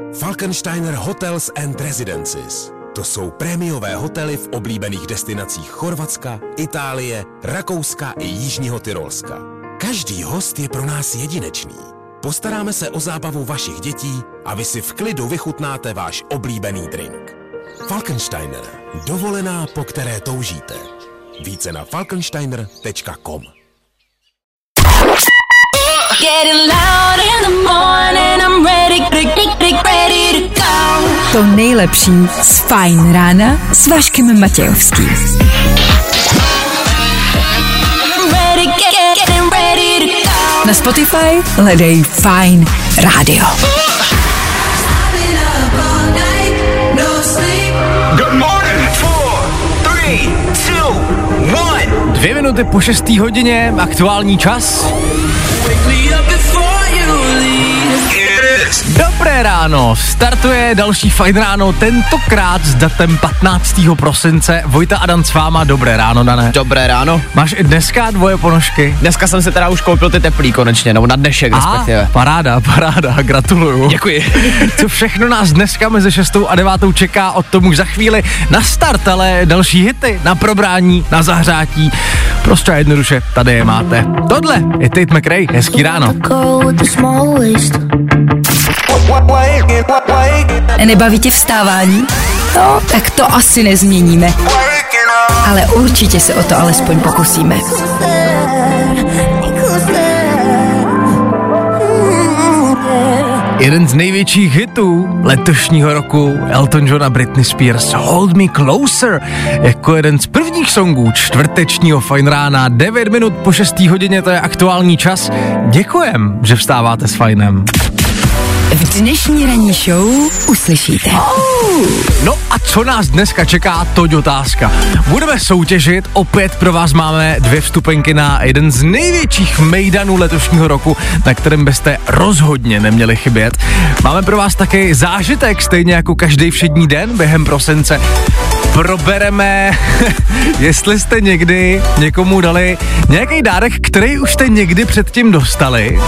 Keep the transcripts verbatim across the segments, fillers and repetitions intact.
Falkensteiner Hotels and Residences. To jsou prémiové hotely v oblíbených destinacích Chorvatska, Itálie, Rakouska i Jižního Tyrolska. Každý host je pro nás jedinečný. Postaráme se o zábavu vašich dětí a vy si v klidu vychutnáte váš oblíbený drink. Falkensteiner. Dovolená, po které toužíte. Více na falkensteiner tečka com. To nejlepší z Fajn rána s Vaškem Matějovským. Na Spotify hledej Fajn rádio. Good morning. Four, three, two, one. Dvě minuty po šestý hodině, aktuální čas. Dobré ráno, startuje další Fajn ráno, tentokrát s datem patnáctého prosince. Vojta Adam s váma, dobré ráno, Dané. Dobré ráno. Máš i dneska dvoje ponožky? Dneska jsem se teda už koupil ty teplý konečně, nebo na dnešek respektive. Paráda, paráda, gratuluju. Děkuji. Co všechno nás dneska mezi šestou a devátou čeká, o tom už za chvíli na start, ale další hity, na probrání, na zahřátí. Prostě jednoduše, tady je máte. Tohle je Tate McRae, hezký ráno. Nebaví tě vstávání? No, tak to asi nezměníme. Ale určitě se o to alespoň pokusíme. Jeden z největších hitů letošního roku, Elton John a Britney Spears, Hold Me Closer, jako jeden z prvních songů čtvrtečního Fajn rána, devět minut po šestý hodině, to je aktuální čas. Děkujem, že vstáváte s Fajnem. V dnešní ranní show uslyšíte. Oh. No a co nás dneska čeká, toť otázka. Budeme soutěžit, opět pro vás máme dvě vstupenky na jeden z největších mejdanů letošního roku, na kterém byste rozhodně neměli chybět. Máme pro vás taky zážitek, stejně jako každý všední den během prosince. Probereme, jestli jste někdy někomu dali nějaký dárek, který už jste někdy předtím dostali.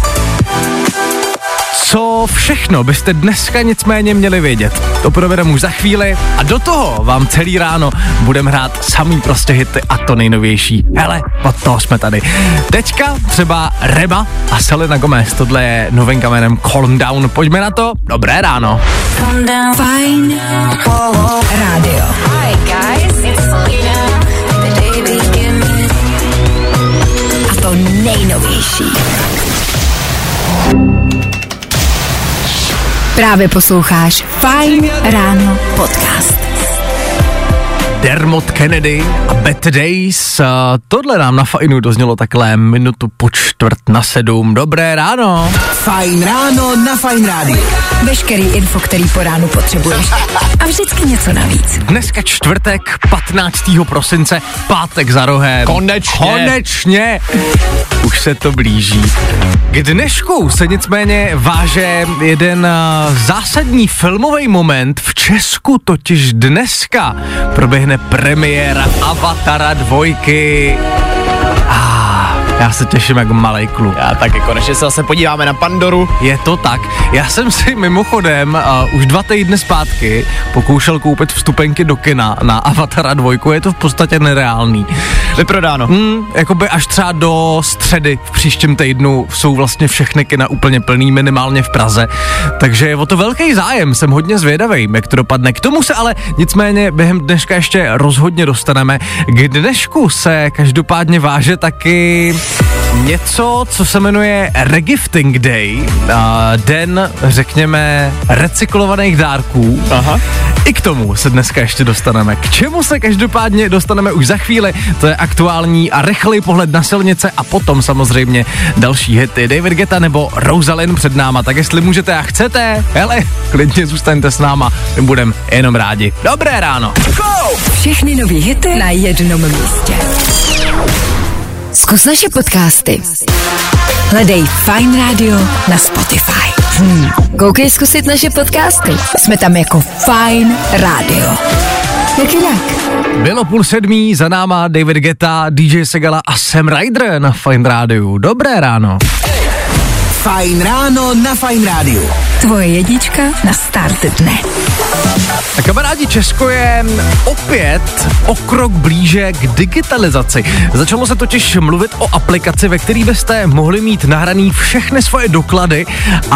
Co všechno byste dneska nicméně měli vědět? To provedeme už za chvíli a do toho vám celý ráno budeme hrát samý prostě hity a to nejnovější. Hele, od toho jsme tady. Teďka třeba Rema a Selena Gomez, tohle je novinka jménem Calm Down. Pojďme na to, dobré ráno. Fajn rádio. Hi guys, it's Selena. A to nejnovější. Právě posloucháš Fajn ráno podcast. Dermot Kennedy a Better Days. Tohle nám na Fajnu doznělo takhle minutu po čtvrt na sedm. Dobré ráno. Fajn ráno na Fajn rádiu. Veškerý info, který po ránu potřebuješ. A vždycky něco navíc. Dneska čtvrtek, patnáctého prosince, pátek za rohem. Konečně. Konečně. Už se to blíží. K dnešku se nicméně váže jeden zásadní filmový moment. V Česku totiž dneska proběhne premiéra Avatara dvojky. Ah, já se těším jak malej kluk. Já taky, konečně se zase podíváme na Pandoru. Je to tak. Já jsem si mimochodem uh, už dva týdny zpátky pokoušel koupit vstupenky do kina na Avatara dvojku. Je to v podstatě nereálný. Vyprodáno. Hmm, jakoby až třeba do středy v příštím týdnu jsou vlastně všechny kina úplně plný, minimálně v Praze. Takže je o to velký zájem, jsem hodně zvědavej, jak to dopadne. K tomu se ale nicméně během dneška ještě rozhodně dostaneme. K dnešku se každopádně váže taky něco, co se jmenuje Regifting Day, den, řekněme, recyklovaných dárků. Aha. I k tomu se dneska ještě dostaneme. K čemu se každopádně dostaneme už za chvíli, to je aktuální a rychlý pohled na silnice a potom samozřejmě další hity. David Guetta nebo Rosalind před náma, tak jestli můžete a chcete, hele, klidně zůstaňte s náma, my budeme jenom rádi. Dobré ráno. Go! Všechny nový hity na jednom místě. Zkus naše podcasty. Hledej Fajn rádio na Spotify. Hmm. Koukej zkusit naše podcasty. Jsme tam jako Fajn rádio. Jak jinak? Bylo půl sedmí, za náma David Guetta, D J Segala a Sam Ryder na Fajn rádiu. Dobré ráno. Fajn ráno na Fajn rádiu. Tvoje jednička na start dne. A kamarádi, Česko je opět o krok blíže k digitalizaci. Začalo se totiž mluvit o aplikaci, ve které byste mohli mít nahraný všechny svoje doklady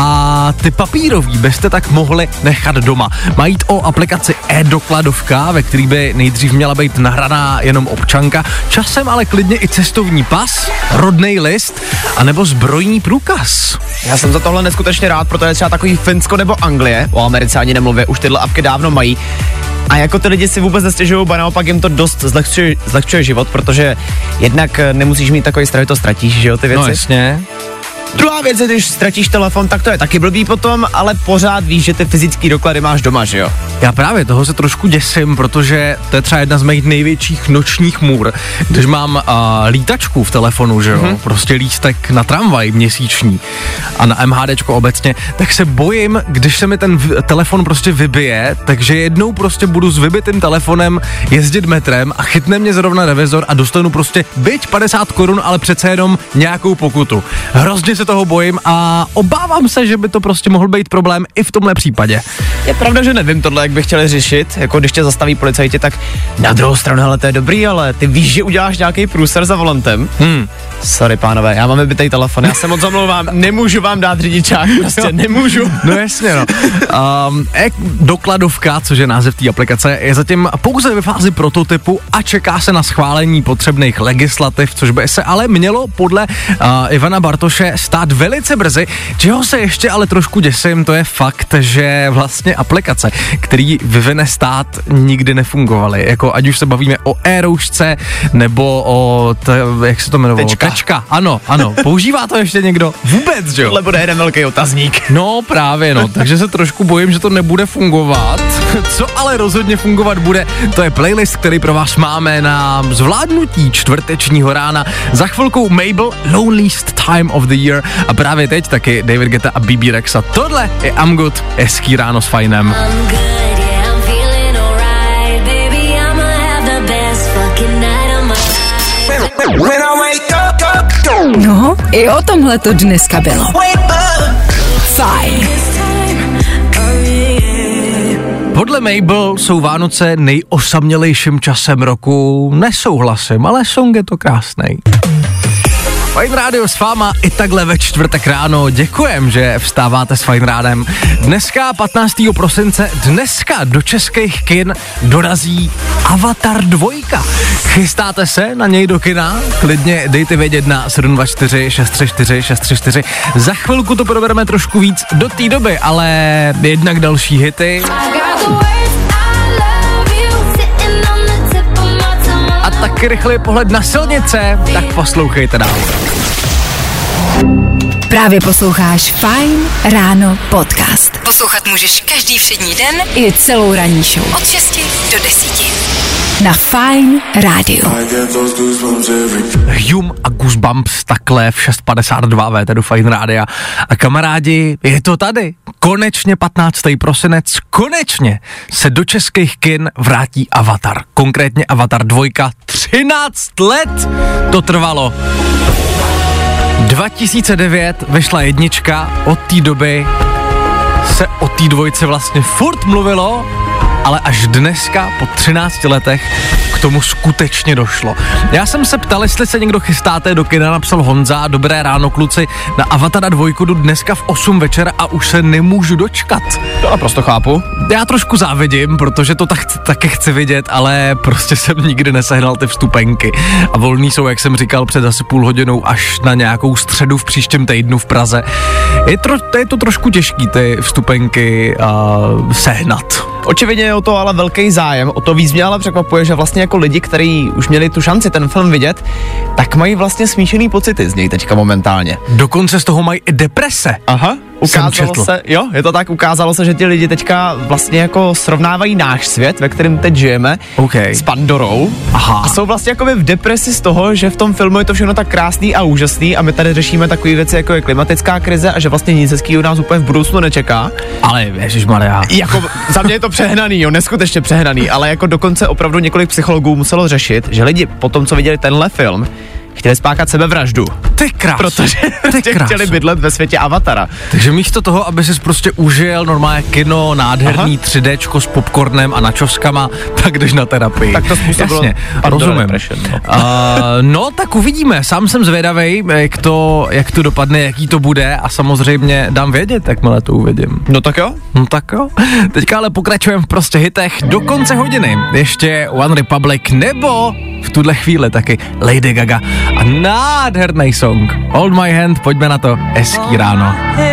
a ty papírový byste tak mohli nechat doma. Má jít o aplikaci e-dokladovka, ve který by nejdřív měla být nahraná jenom občanka, časem ale klidně i cestovní pas, rodnej list anebo zbrojní průkaz. Já jsem za tohle neskutečně rád, protože třeba takový Finsko nebo Anglie, o Americe ani nemluvě, už tyhle apky dávno mají. A jako ty lidi si vůbec nestěžují, ba naopak jim to dost zlehčuje, zlehčuje život, protože jednak nemusíš mít takový strach, že to ztratíš, že jo, ty věci. No jasně. Druhá věc je, když ztratíš telefon, tak to je taky blbý potom, ale pořád víš, že ty fyzický doklady máš doma, že jo? Já právě toho se trošku děsím, protože to je třeba jedna z mých největších nočních můr, když mám uh, lítačku v telefonu, že jo, mm-hmm. prostě lístek na tramvaj měsíční a na MHDčko obecně, tak se bojím, když se mi ten v- telefon prostě vybije, takže jednou prostě budu s vybitým telefonem jezdit metrem a chytne mě zrovna revizor a dostanu prostě byť padesát korun, ale přece jenom nějakou pokutu. Hrozně se toho bojím a obávám se, že by to prostě mohl být problém i v tomhle případě. Je pravda, že nevím tohle, jak bych chtěli řešit, jako když tě zastaví policajti, tak na druhou stranu, hele, to je dobrý, ale ty víš, že uděláš nějaký průser za volantem. Hmm. Sorry, pánové, já mám vybitej telefon, já se moc omlouvám, nemůžu vám dát řidičák, prostě nemůžu. No jasně, no. Um, e-dokladovka, což je název té aplikace, je zatím pouze ve fázi prototypu a čeká se na schválení potřebných legislativ, což by se ale mělo podle uh, Ivana Bartoše stát velice brzy. Čeho se ještě ale trošku děsím, to je fakt, že vlastně aplikace, který vyvine stát, nikdy nefungovaly. Jako ať už se bavíme o e-roušce, nebo o, t, jak se to jmenovalo? Tečka. Tečka. Ano, ano. Používá to ještě někdo? Vůbec, že jo? Tohle bude jeden velký otazník. No právě, no. Takže se trošku bojím, že to nebude fungovat. Co ale rozhodně fungovat bude, to je playlist, který pro vás máme na zvládnutí čtvrtečního rána. Za chvilku Mabel, Loneliest Time of the Year a právě teď taky David Guetta a B B Rexa. Tohle je I'm Good, hezký ráno s Fajnem. No, i o tomhle to dneska bylo. Fajn. Podle Mabel jsou Vánoce nejosamělejším časem roku. Nesouhlasím, ale song je to krásnej. Fajn rádio s váma i takhle ve čtvrtek ráno. Děkujem, že vstáváte s Fajn rádem. Dneska patnáctého prosince, dneska do českých kin dorazí Avatar dva. Chystáte se na něj do kina? Klidně dejte vědět na sedm dva čtyři šest tři čtyři šest tři čtyři. Za chvilku to probereme trošku víc do té doby, ale jednak další hity. A taky rychlý pohled na silnice, tak poslouchejte dál. Právě posloucháš Fajn ráno podcast. Poslouchat můžeš každý všední den i celou ranní show. Od šesti do desíti. Na Fajn rádiu. Hume a Goosebumps takhle v šest padesát dva véteru Fajn rádia. A kamarádi, je to tady. Konečně patnáctého prosinec, konečně se do českých kin vrátí Avatar. Konkrétně Avatar dva. třináct let to trvalo. dva tisíce devět vyšla jednička, od té doby se o té dvojce vlastně furt mluvilo, ale až dneska, po třinácti letech, k tomu skutečně došlo. Já jsem se ptal, jestli se někdo chystáte do kina, napsal Honza, dobré ráno kluci, na Avatara dvojku jdu dneska v osm večer a už se nemůžu dočkat. To naprosto chápu. Já trošku závidím, protože to tak, taky chci vidět, ale prostě jsem nikdy nesehnal ty vstupenky. A volný jsou, jak jsem říkal, před asi půl hodinou až na nějakou středu v příštím týdnu v Praze. Je, tro, je to trošku těžký ty vstupenky uh, sehnat. Očividně je o to ale velký zájem, o to víc mě ale překvapuje, že vlastně jako lidi, kteří už měli tu šanci ten film vidět, tak mají vlastně smíšený pocity z něj teďka momentálně. Dokonce z toho mají i deprese. Aha, ukázalo se, jo, je to tak, ukázalo se, že ti lidi teďka vlastně jako srovnávají náš svět, ve kterém teď žijeme, okay. s Pandorou. Aha. A jsou vlastně jako v depresi z toho, že v tom filmu je to všechno tak krásný a úžasný a my tady řešíme takové věci, jako je klimatická krize a že vlastně nic hezkýho nás úplně v budoucnu nečeká. Ale ježišmarja. Jako za mě je to přehnaný, jo, neskutečně přehnaný, ale jako dokonce opravdu několik psychologů muselo řešit, že lidi po tom, co viděli tenhle film, chtěli spáchat sebevraždu. Ty krás. Protože Ty krás. chtěli bydlet ve světě Avatara. Takže místo toho, aby jsi prostě užil normálně kino, nádherný Aha. tři déčko s popcornem a načoskama, tak jdeš na terapii. Tak to způsobilo. Jasně, rozumím. No. Uh, no, tak uvidíme. Sám jsem zvědavej, jak to, jak to dopadne, jaký to bude a samozřejmě dám vědět, jakmile to uvidím. No tak jo. No tak jo. Teďka ale pokračujeme v prostě hitech do konce hodiny. Ještě One Republic nebo v tuhle chvíli taky Lady Gaga a nádherný song. Hold My Hand, pojďme na to. Hezký ráno.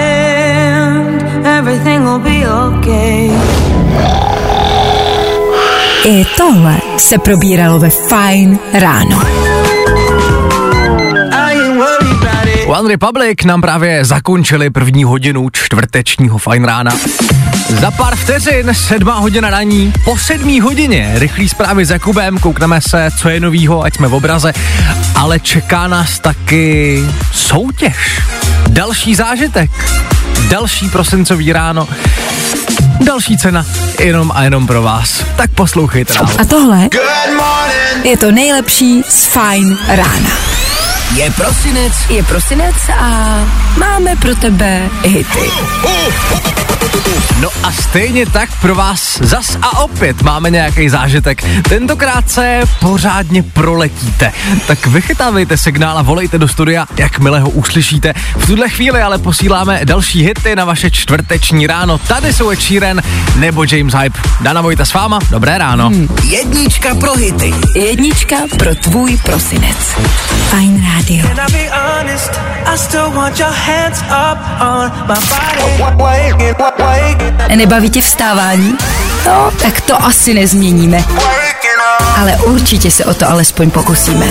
I tohle se probíralo ve Fajn ráno. One Republic nám právě zakončili první hodinu čtvrtečního Fajn rána. Za pár vteřin, sedmá hodina raní, po sedmý hodině, rychlý zprávy s Jakubem, koukneme se, co je novýho, ať jsme v obraze, ale čeká nás taky soutěž, další zážitek, další prosincový ráno, další cena, jenom a jenom pro vás. Tak poslouchejte dál. A tohle je to nejlepší z Fajn rána. Je prosinec. Je prosinec a máme pro tebe hity. No a stejně tak pro vás zas a opět máme nějaký zážitek. Tentokrát se pořádně proletíte. Tak vychytávejte signál a volejte do studia, jakmile ho uslyšíte. V tuhle chvíli ale posíláme další hity na vaše čtvrteční ráno. Tady jsou Ed Sheeran nebo James Hype. Dana Vojta s váma, dobré ráno. Hmm. Jednička pro hity. Jednička pro tvůj prosinec. Fajn rádio. Nebaví tě vstávání? No, tak to asi nezměníme. Ale určitě se o to alespoň pokusíme.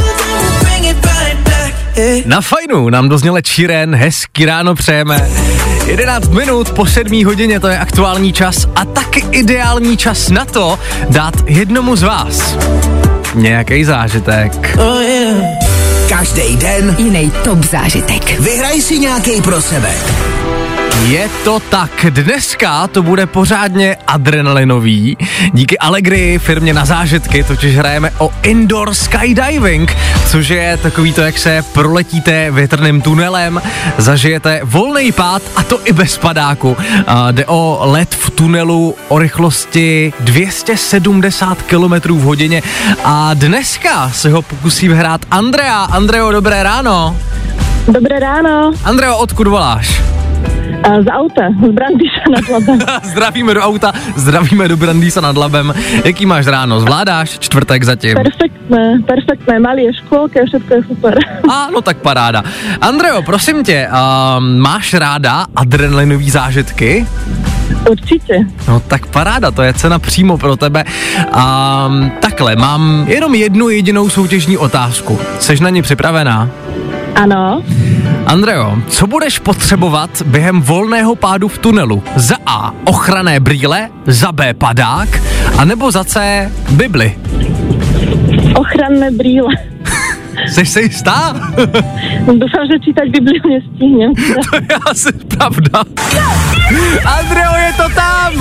Na Fajnu nám dozněl Ed Sheeran, hezký ráno přejeme. jedenáct minut po sedmý hodině, to je aktuální čas a taky ideální čas na to dát jednomu z vás nějaký zážitek. Oh yeah. Každý den jiný top zážitek. Vyhraj si nějaký pro sebe. Je to tak, dneska to bude pořádně adrenalinový. Díky Allegri, firmě na zážitky, totiž hrajeme o indoor skydiving, což je takový to, jak se proletíte větrným tunelem, zažijete volný pád a to i bez padáku. A jde o let v tunelu o rychlosti dvě stě sedmdesát kilometrů v hodině a dneska se ho pokusí vyhrát Andrea. Andreo, dobré ráno. Dobré ráno. Andreo, odkud voláš? Z auta, z Brandýsa nad Labem. Zdravíme do auta, zdravíme do Brandýsa nad Labem. Jaký máš ráno? Zvládáš čtvrtek zatím? Perfektné, perfektné. Malý je školka, všetko je super. A, no tak paráda. Andreo, prosím tě, um, máš ráda adrenalinový zážitky? Určitě. No tak paráda, to je cena přímo pro tebe. Um, takhle, mám jenom jednu jedinou soutěžní otázku. Seš na ní připravená? Ano. Andreo, co budeš potřebovat během volného pádu v tunelu? Za A ochranné brýle, za B padák, anebo za C Bibli? Ochranné brýle. Jsi si jistá? Doufám, že čítať Bibliu nestihnem. To je asi pravda. Andreo, je to tam!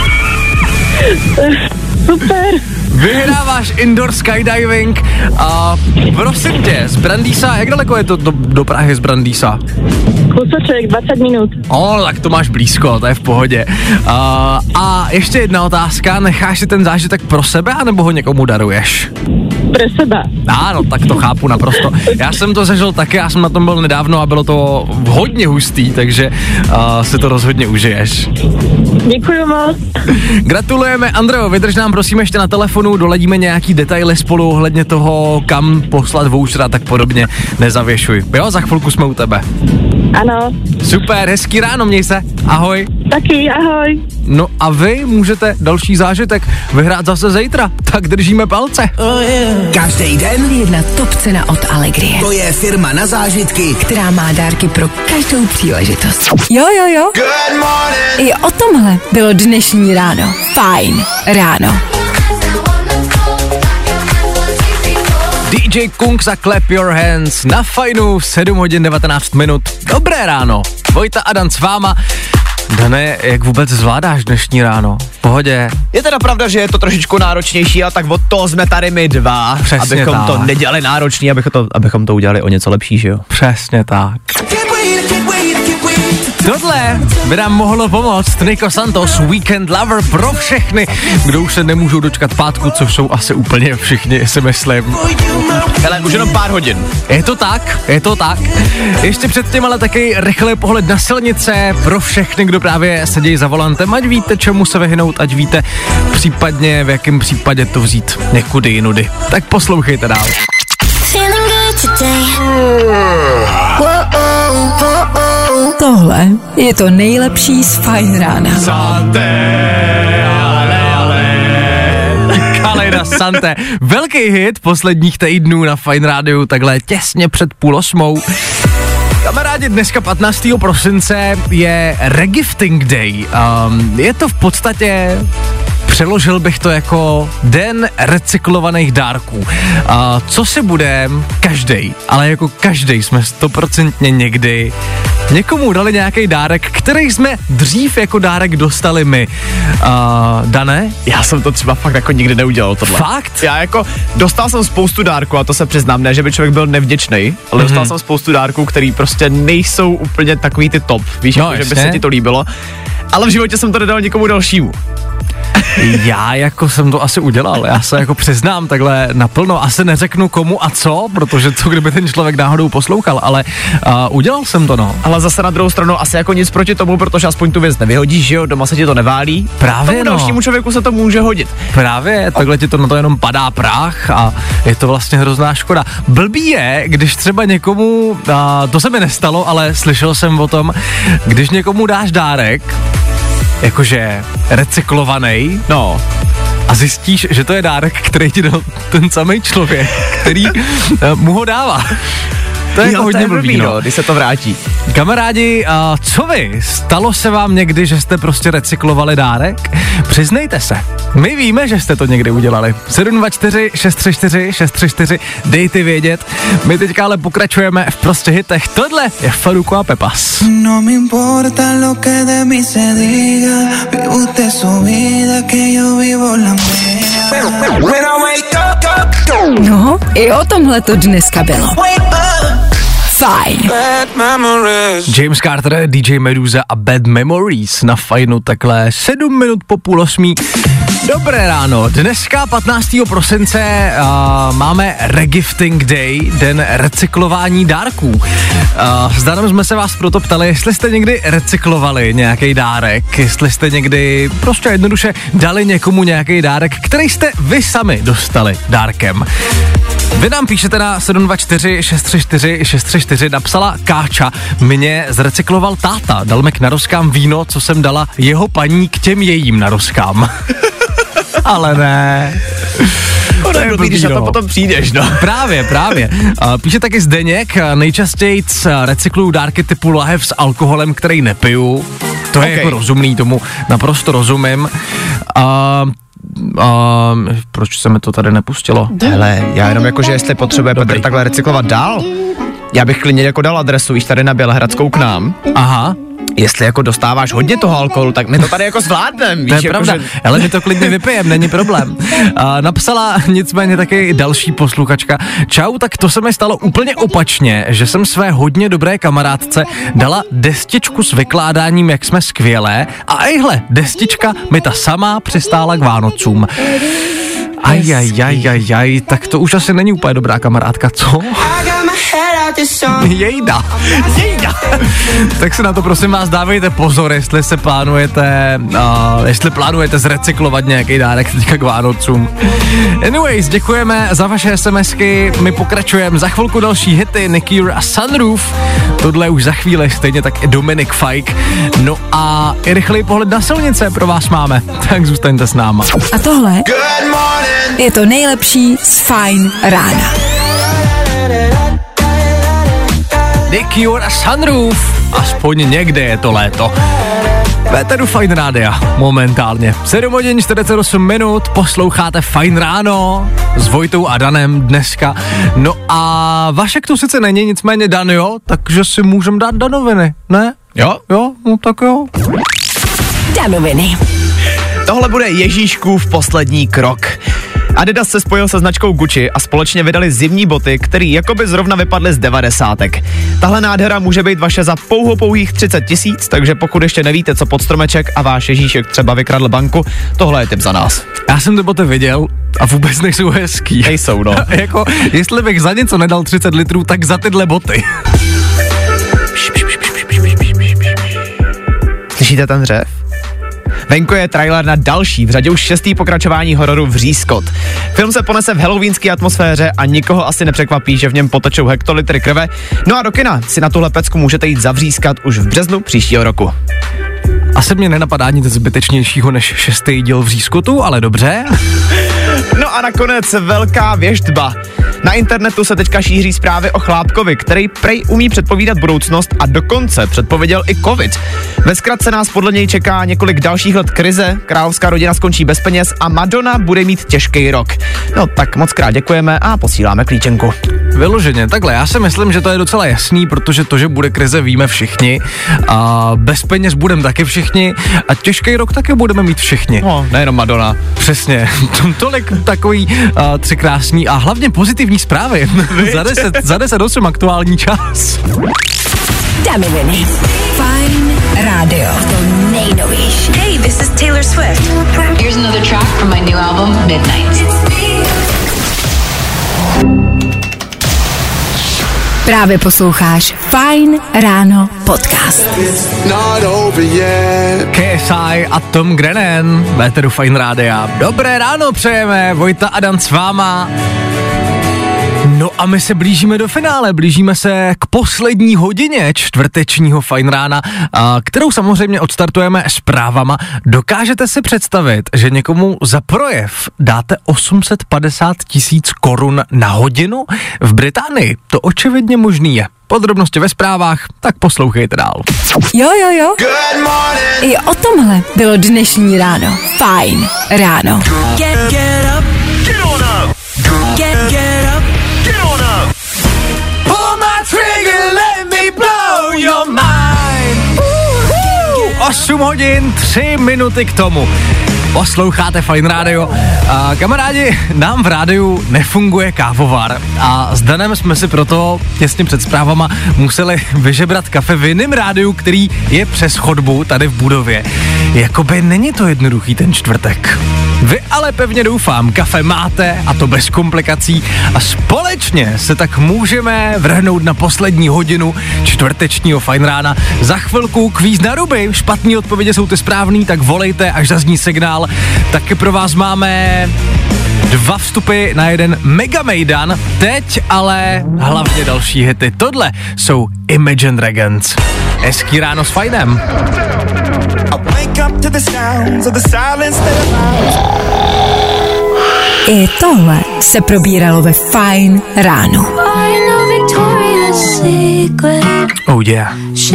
Super. Vyhráváš indoor skydiving a prosím tě, z Brandýsa, jak daleko je to do, do Prahy z Brandýsa? Kusoček, dvacet minut. O, tak to máš blízko, to je v pohodě. A, a ještě jedna otázka, necháš si ten zážitek pro sebe, anebo ho někomu daruješ? Pro sebe. Ano, tak to chápu naprosto. Já jsem to zažil taky, já jsem na tom byl nedávno a bylo to hodně hustý, takže uh, si to rozhodně užiješ. Děkuji moc. Gratulujeme, Andreo, vydrž nám prosím ještě na telefonu, doladíme nějaký detaily spolu ohledně toho, kam poslat voucher a tak podobně. Nezavěšuj. Jo, za chvilku jsme u tebe. Ano. Super, hezký ráno, měj se. Ahoj. Taky, ahoj. No a vy můžete další zážitek vyhrát zase zítra, tak držíme palce. Oh yeah. Každý den jedna top cena od Allegri. To je firma na zážitky, která má dárky pro každou příležitost. Jo, jo, jo. Good morning. I o tomhle bylo dnešní ráno. Fajn ráno. D J Kungs a Clap Your Hands na Fajnu, sedm hodin devatenáct minut. Dobré ráno, Vojta a Dan s váma. Dane, jak vůbec zvládáš dnešní ráno? V pohodě? Je teda pravda, že je to trošičku náročnější, a tak od toho jsme tady my dva, Přesně abychom tak. to nedělali náročný, abychom to, abychom to udělali o něco lepší, že jo? Přesně tak. Tohle by nám mohlo pomoct. Nico Santos, Weekend Lover pro všechny, kdo už se nemůžou dočkat pátku, což jsou asi úplně všichni, si myslím. Hele, už jenom pár hodin. Je to tak, je to tak. Ještě předtím ale taky rychlý pohled na silnice pro všechny, kdo právě sedí za volantem, ať víte, čemu se vyhnout, ať víte případně, v jakém případě to vzít někudy jinudy. Tak poslouchejte dál. Tohle je to nejlepší z Fajn rána. Kalejda Santé. Velký hit posledních týdnů na Fajn rádiu, takhle těsně před půl osmou. Kamarádi, dneska patnáctého prosince je Regifting Day. Um, je to v podstatě... Přeložil bych to jako den recyklovaných dárků. A co si budem, každej, ale jako každej jsme stoprocentně někdy někomu dali nějaký dárek, který jsme dřív jako dárek dostali my. A, Dane? Já jsem to třeba fakt jako nikdy neudělal tohle. Fakt? Já jako dostal jsem spoustu dárků, a to se přiznám, ne, že by člověk byl nevděčný, ale mm-hmm. dostal jsem spoustu dárků, který prostě nejsou úplně takový ty top. Víš, no, jako, že by se ti to líbilo. Ale v životě jsem to nedal nikomu dalšímu. Já jako jsem to asi udělal, já se jako přiznám takhle naplno, asi neřeknu komu a co, protože co kdyby ten člověk náhodou poslouchal, ale uh, udělal jsem to, no. Ale zase na druhou stranu asi jako nic proti tomu, protože aspoň tu věc nevyhodíš, že jo, doma se ti to neválí. Právě, tomu no. dalšímu člověku se to může hodit. Právě, takhle ti to na to jenom padá prach a je to vlastně hrozná škoda. Blbý je, když třeba někomu, uh, to se mi nestalo, ale slyšel jsem o tom, když někomu dáš dárek, jakože recyklovaný, no, a zjistíš, že to je dárek, který ti dal ten samý člověk, který uh, mu ho dává. To je jo, hodně to je blbý, no. když se to vrátí. Kamarádi, uh, co vy? Stalo se vám někdy, že jste prostě recyklovali dárek? Přiznejte se. My víme, že jste to někdy udělali. sedm dva čtyři šest tři čtyři šest tři čtyři, dejte vědět. My teďka ale pokračujeme v prostě hitech. Tohle je Faruko a Pepas. No me importa lo que de mí se diga, vive usted su vida, que yo vivo la mía. No, i o tomhle to dneska bylo. Fajn. James Carter, D J Meduza a Bad Memories na Fajnu takhle sedm minut po půl osmí. Dobré ráno, dneska patnáctého prosince uh, máme Regifting Day, den recyklování dárků. Uh, s Danem jsme se vás proto ptali, jestli jste někdy recyklovali nějaký dárek, jestli jste někdy prostě jednoduše dali někomu nějaký dárek, který jste vy sami dostali dárkem. Vy nám píšete na sedm dva čtyři šest tři čtyři šest tři čtyři, napsala Káča, mě zrecykloval táta, dal mi k narozkám víno, co jsem dala jeho paní k těm jejím narozkám. Ale ne. To je blbý, když na to potom přijdeš, no. Právě, právě. Píše taky Zdeněk, nejčastěji recykluju dárky typu lahev s alkoholem, který nepiju. To je okay. Jako rozumný, tomu naprosto rozumím. A Uh, proč se mi to tady nepustilo? Hele, já jenom jako, že jestli potřebuje Petr takhle recyklovat dál, já bych klidně jako dal adresu, víš, tady na Bělehradskou k nám. Aha. Jestli jako dostáváš hodně toho alkoholu, tak my to tady jako zvládneme, víš. To je jako pravda, že... ale my to klidně vypijem, není problém. Uh, napsala nicméně taky další posluchačka. Čau, tak to se mi stalo úplně opačně, že jsem své hodně dobré kamarádce dala destičku s vykládáním, jak jsme skvělé, a ejhle, destička mi ta sama přistála k Vánocům. Ajajajajaj, tak to už asi není úplně dobrá kamarádka, co? Jejda, jejda. Tak se na to prosím vás dávejte pozor, jestli se plánujete, uh, jestli plánujete zrecyklovat nějaký dárek teďka k Vánocům. Anyways, děkujeme za vaše SMSky, my pokračujeme, za chvilku další hity, Nick Cure a Sunroof, tohle už za chvíli, stejně tak i Dominic Fike, no a i rychlej pohled na silnice pro vás máme, tak zůstaňte s náma. A tohle je to nejlepší z Fajn rána. Nick Cure a Sunroof, aspoň někde je to léto. Véteru Fajn rádia, momentálně. sedm hodin čtyřicet osm minut, posloucháte Fajn ráno s Vojtou a Danem dneska. No a Vašek tu sice není, nicméně Dan, jo, takže si můžem dát Danoviny, ne? Jo, jo, no tak jo. Danoviny. Tohle bude Ježíškův poslední krok. Adidas se spojil se značkou Gucci a společně vydali zimní boty, které jakoby zrovna vypadly z devadesátek. Tahle nádhera může být vaše za pouho pouhých třicet tisíc, takže pokud ještě nevíte, co pod stromeček a váš Ježíšek třeba vykradl banku, tohle je tip za nás. Já jsem ty boty viděl a vůbec nejsou hezký. Nejsou, no. Jako, jestli bych za něco nedal třicet litrů, tak za tyhle boty. Slyšíte ten řev? Venku je trailer na další, v řadě už šestý pokračování hororu Vřískot. Film se ponese v halloweenské atmosféře a nikoho asi nepřekvapí, že v něm potečou hektolitry krve. No a do kina si na tuhle pecku můžete jít zavřískat už v březnu příštího roku. Asi mě nenapadá nic zbytečnějšího než šestý díl Vřískotu, ale dobře. No a nakonec velká věštba. Na internetu se teďka šíří zprávy o chlápkovi, který prej umí předpovídat budoucnost a dokonce předpověděl i covid. Ve zkratce nás podle něj čeká několik dalších let krize, královská rodina skončí bez peněz a Madonna bude mít těžký rok. No tak moc krát děkujeme a posíláme klíčenku. Vyloženě, takhle, já si myslím, že to je docela jasný, protože to, že bude krize, víme všichni. A bez peněz budeme taky všichni a těžký rok taky budeme mít všichni. No, nejenom Madonna. Přesně, tolik takový uh, tři krásný a hlavně pozitivní zprávy. za deset, za deset osm aktuální čas. Danoviny. Fajn rádio. To nejnovější. Hey, this is Taylor Swift. Here's another track from my new album, Midnight. Právě posloucháš Fajn ráno podcast. K S I a Tom Grennan, véteru Fajn rádia. Dobré ráno přejeme, Vojta a Dan s váma. No a my se blížíme do finále, blížíme se k poslední hodině čtvrtečního Fajn rána, a kterou samozřejmě odstartujeme zprávama. Dokážete si představit, že někomu za projev dáte osm set padesát tisíc korun na hodinu? V Británii to očividně možný je. Podrobnosti ve zprávách, tak poslouchejte dál. Jo, jo, jo. I o tomhle bylo dnešní ráno. Fajn ráno. Get, get up. Get on up. Get, get up. Get on up. Pull my trigger, let me blow your mind. osm hodin, tři minuty k tomu. Posloucháte Fajn rádio. A kamarádi, nám v rádiu nefunguje kávovar a s Danem jsme si proto těsně před zprávama museli vyžebrat kafe v jiném rádiu, který je přes chodbu tady v budově. Jakoby není to jednoduchý ten čtvrtek. Vy ale pevně doufám, kafe máte a to bez komplikací a společně se tak můžeme vrhnout na poslední hodinu čtvrtečního Fajn rána. Za chvilku kvíz na ruby, špatný odpovědi jsou ty správný, tak volejte, až zazní signál. Taky pro vás máme dva vstupy na jeden mega mejdan, teď ale hlavně další hity. Tohle jsou Imagine Dragons. Hezký ráno s Fajnem. I tohle se probíralo ve Fajn ráno. Oh yeah.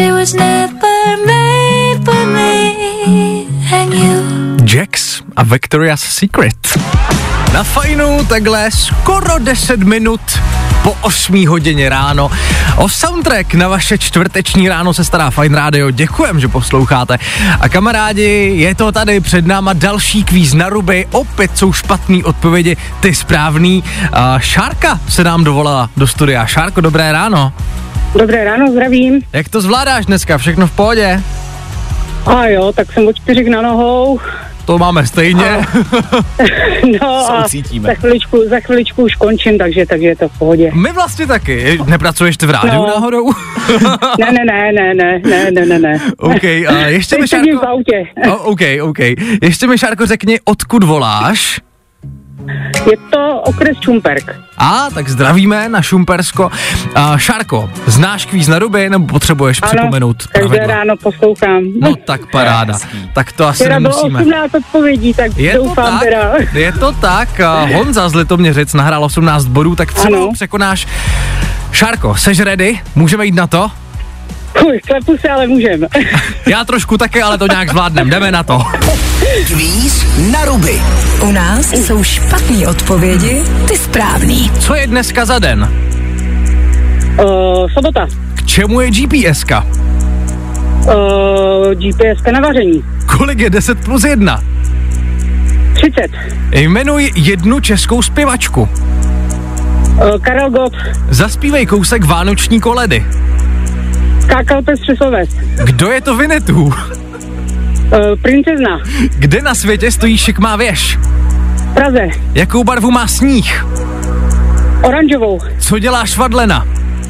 Jax a Victoria's Secret. Na Fajnu takhle skoro deset minut po osmé hodině ráno. O soundtrack na vaše čtvrteční ráno se stará Fajn rádio. Děkujem, že posloucháte. A kamarádi, je to tady před náma další kvíz na ruby. Opět jsou špatný odpovědi, ty správný. A Šárka se nám dovolala do studia. Šárko, dobré ráno. Dobré ráno, zdravím. Jak to zvládáš dneska? Všechno v pohodě? A jo, tak jsem od čtyřech na nohou. To máme stejně. A, no a za chviličku, za chviličku už končím, takže, takže je to v pohodě. My vlastně taky. Nepracuješ ty v rádiu no. náhodou? ne, ne, ne, ne, ne, ne, ne, ne, ne. OK, a ještě mi Šárko... v autě. oh, OK, OK. Ještě mi Šárko řekni, odkud voláš? Je to okres Šumperk. A, tak zdravíme na Šumpersko. A, Šárko, znáš kvíz na ruby, nebo potřebuješ ano, připomenout pravidla? Každé ráno poslouchám. No tak paráda. Tak to asi teda nemusíme. Teda bylo osmnáct odpovědí, tak je doufám to tak, teda. Je to tak. Honza z Litoměřic nahrál osmnáct bodů, tak třeba ano. překonáš. Šárko, seš ready? Můžeme jít na to? Uj, klepu se, ale můžeme. Já trošku taky, ale to nějak zvládnem. Jdeme na to. Kvíz na ruby. U nás jsou špatný odpovědi, ty správný. Co je dneska za den? Uh, sobota. K čemu je G P S ka? Uh, G P S na vaření. Kolik je deset plus jedna? třicet. Jmenuj jednu českou zpěvačku. Uh, Karel Gott. Zaspívej kousek vánoční koledy. Skákal pes přes oves. Kdo je to Vinetů? Uh, princezna. Kde na světě stojí šikmá věž? V Praze. Jakou barvu má sníh? Oranžovou. Co dělá švadlena?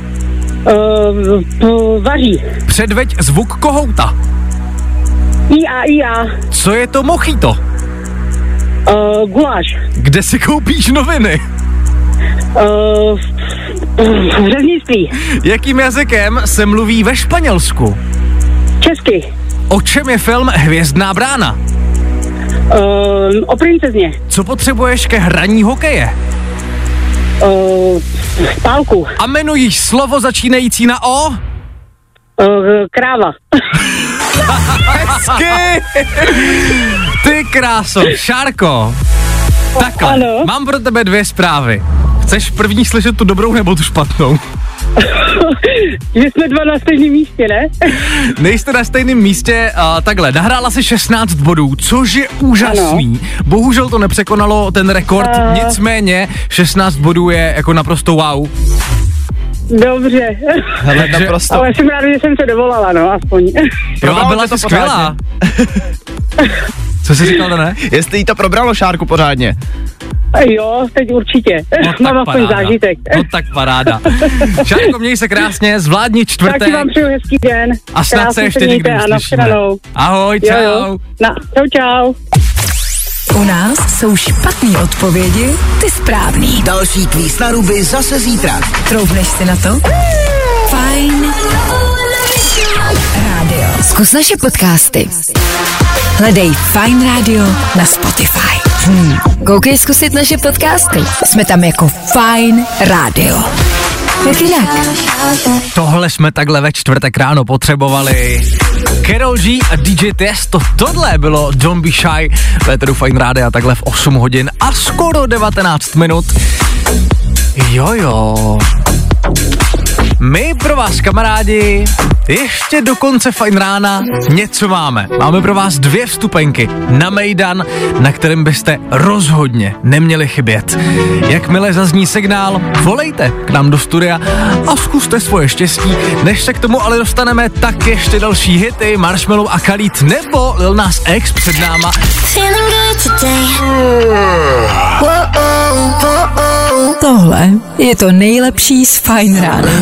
Uh, vaří. Předveď zvuk kohouta. I A, I A. Co je to mochito? Uh, guláš. Kde si koupíš noviny? Uh, v řeznictví. Jakým jazykem se mluví ve Španělsku? Česky. O čem je film Hvězdná brána? Uh, o princezně. Co potřebuješ ke hraní hokeje? Uh, pálku. A jmenují slovo začínající na O? Uh, kráva. Hezky! Ty kráso, Šárko. Takhle, ano. Mám pro tebe dvě zprávy. Chceš první slyšet tu dobrou nebo tu špatnou? Že jsme dva na stejném místě, ne? Nejste na stejném místě, uh, takhle, nahrála si šestnáct bodů, což je úžasný. Ano. Bohužel to nepřekonalo ten rekord, uh... nicméně šestnáct bodů je jako naprosto wow. Dobře. Hele, naprosto. Ale jsem ráda, že jsem se dovolala, no, aspoň. Jo, a byla to skvělá. Co jsi říkal, ne? Jestli jí to probralo, Šárku, pořádně. Jo, teď určitě. No, mám aspoň zážitek. No tak paráda. Šárko, měj se krásně, zvládni čtvrtek. Taky vám přeju hezký den. A snad krásně se ještě někdy uslyšíme. Ahoj, čau. Jo, jo. Na, čau, čau. U nás jsou špatný odpovědi, ty správný. Další kvíz na ruby zase zítra. Troufneš si na to? Fajn rádio. Zkus naše podcasty. Hledej Fajn rádio na Spotify. Hmm. Koukej zkusit naše podcasty. Jsme tam jako Fajn rádio. Jak jinak? Tohle jsme takhle ve čtvrtek ráno potřebovali. Karol G a D J Tiesto, tohle bylo Don't Be Shy, Véteru Fajn rádia takhle v osm hodin a skoro devatenáct minut. Jojo. My pro vás, kamarádi, ještě do konce Fajn rána něco máme. Máme pro vás dvě vstupenky na Mejdan, na kterém byste rozhodně neměli chybět. Jakmile zazní signál, volejte k nám do studia a zkuste svoje štěstí. Než se k tomu ale dostaneme, tak ještě další hity, Marshmello a Khalid nebo Lil Nas X před náma. Tohle je to nejlepší z Fajn rána.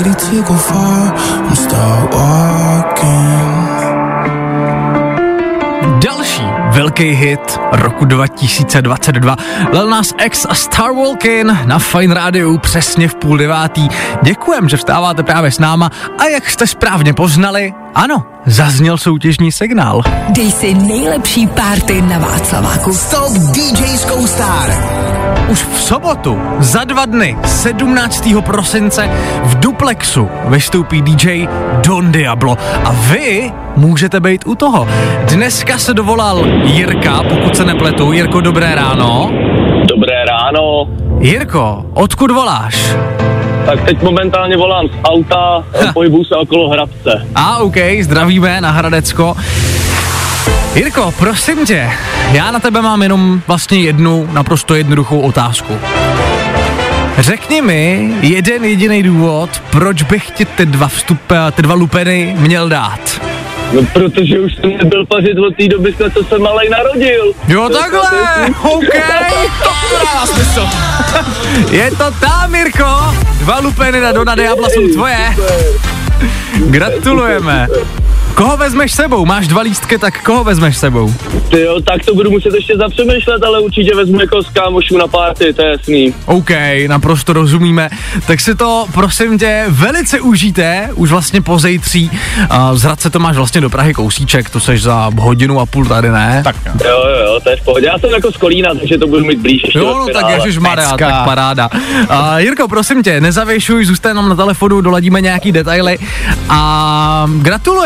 Další velký hit roku dva tisíce dvacet dva. Lil Nas X a Star Walkin na Fajn rádiu přesně v půl devátý. Děkujem, že vstáváte právě s náma a jak jste správně poznali, ano, zazněl soutěžní signál. Dej si nejlepší party na Václaváku. Stop DJskou Star. Už v sobotu, za dva dny, sedmnáctého prosince v Duplexu vystoupí D J Don Diablo a vy můžete být u toho. Dneska se dovolal Jirka, pokud se nepletu. Jirko, dobré ráno. Dobré ráno. Jirko, odkud voláš? Tak teď momentálně volám z auta, pohybuju se okolo Hradce. A OK, zdravíme na Hradecko. Jirko, prosím tě, já na tebe mám jenom vlastně jednu naprosto jednoduchou otázku. Řekni mi jeden jediný důvod, proč bych ti ty dva vstupy, ty dva lupeny měl dát. No protože už jsem nebyl pařit od té doby, co jsem malej narodil. Jo takhle, OK, to dává smysl. Je to tam, Mirko, dva lupeny na Dona Diabla jsou tvoje. Gratulujeme. Koho vezmeš sebou? Máš dva lístky, tak koho vezmeš sebou? Ty jo, tak to budu muset ještě zapřemýšlet, ale určitě vezmu jako z kámošů na party, to je jasný. OK, naprosto rozumíme. Tak si to, prosím tě, velice užijte, už vlastně po zítří. Uh, z Hradce to máš vlastně do Prahy kousíček, to seš za hodinu a půl tady, ne? Tak jo, jo, jo, to je v pohodě. Já jsem jako z Kolína, takže to budu mít blíž ještě. Jo, no tak ježišmarja, tak paráda. Uh, Jirko, prosím tě, nezavěšuj, zůstaň nám na telefonu, doladíme nějaký detaily a gratulujem, už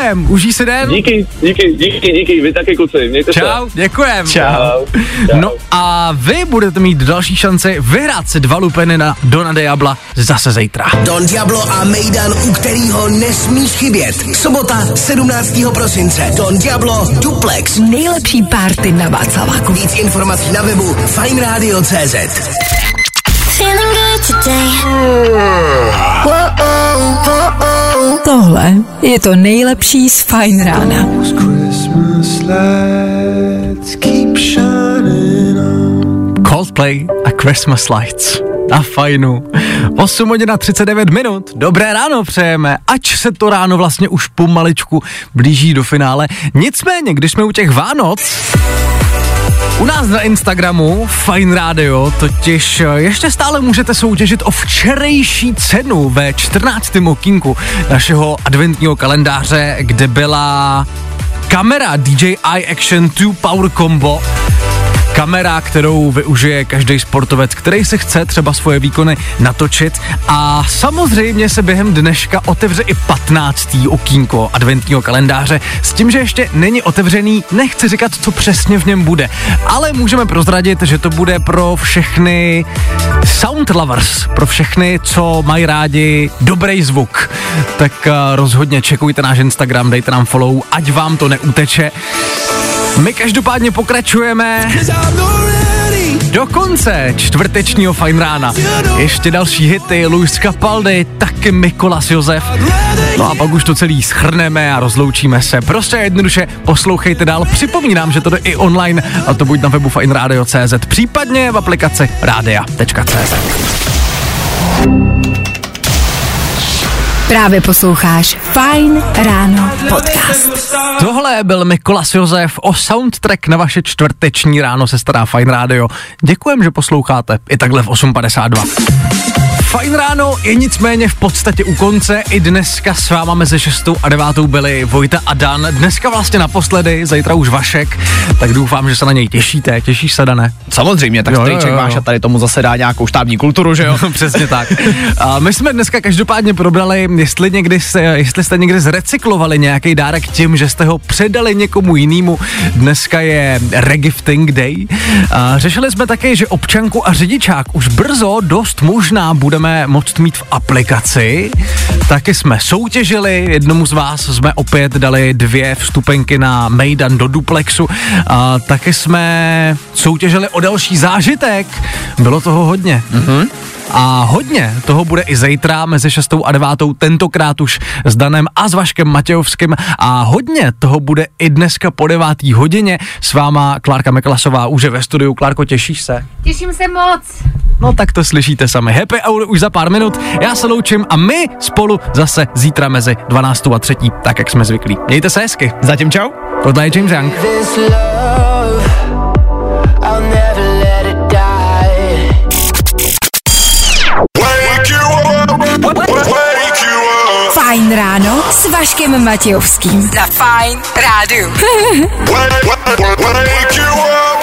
Užij si den. Díky, díky, díky, díky, vy taky kluci, mějte se. Čau, děkujem. Čau. Čau. No a vy budete mít další šanci vyhrát si dva lupeny na Dona Diabla zase zítra. Don Diablo a Mejdan, u kterého nesmíš chybět. Sobota sedmnáctého prosince. Don Diablo Duplex. Nejlepší party na Václaváku. Víc informací na webu fajn rádio tečka cé zet. Tohle je to nejlepší z Fajn rána. Coldplay a Christmas Lights na Fajnu. osm hodin a třicet devět minut. Dobré ráno přejeme, ať se to ráno vlastně už pomaličku blíží do finále. Nicméně, když jsme u těch Vánoc, u nás na Instagramu Fajn Radio totiž ještě stále můžete soutěžit o včerejší cenu ve čtrnáctém okýnku našeho adventního kalendáře, kde byla kamera D J I Action dva Power Combo. Kamera, kterou využije každý sportovec, který si chce třeba svoje výkony natočit, a samozřejmě se během dneška otevře i patnácté okýnko adventního kalendáře s tím, že ještě není otevřený, nechci říkat, co přesně v něm bude, ale můžeme prozradit, že to bude pro všechny sound lovers, pro všechny, co mají rádi dobrý zvuk. Tak uh, rozhodně čekujte náš Instagram, dejte nám follow, ať vám to neuteče. My každopádně pokračujeme do konce čtvrtečního Fajn rána. Ještě další hity, Luis Capaldi, taky Mikolas Josef. No a pak už to celý shrneme a rozloučíme se. Prostě jednoduše poslouchejte dál. Připomínám, že to jde i online, a to buď na webu fajn rádio tečka cé zet, případně v aplikaci rádia tečka cé zet. Právě posloucháš Fajn ráno podcast. Tohle byl Mikolas Josef, o soundtrack na vaše čtvrteční ráno se stará Fajn rádio. Děkujem, že posloucháte i takhle v osm padesát dva. Fajn ráno je nicméně v podstatě u konce. I dneska s váma mezi šestou a devátou byli Vojta a Dan. Dneska vlastně naposledy, zítra už Vašek, tak doufám, že se na něj těšíte. Těšíš se, Dane? Samozřejmě, tak strýček máš a tady tomu zase dá nějakou štábní kulturu, že jo? Přesně tak. A my jsme dneska každopádně probrali, jestli, někdy se, jestli jste někdy zrecyklovali nějaký dárek tím, že jste ho předali někomu jinému. Dneska je regifting day. A řešili jsme také, že občanku a řidičák už brzo dost možná budeme moct mít v aplikaci. Taky jsme soutěžili, jednomu z vás jsme opět dali dvě vstupenky na Mejdan do Duplexu. A taky jsme soutěžili o další zážitek. Bylo toho hodně. Mhm. A hodně toho bude i zítra mezi šestou a devátou, tentokrát už s Danem a s Vaškem Matějovským, a hodně toho bude i dneska po devátý hodině. S váma Klárka Miklasová už je ve studiu. Klárko, těšíš se? Těším se moc. No tak to slyšíte sami. Happy hour už za pár minut. Já se loučím a my spolu zase zítra mezi dvanáctou a třetí, tak jak jsme zvyklí. Mějte se hezky. Zatím čau. Tohle je James Young. Fajn ráno s Vaškem Matějovským. Za Fajn rádiu.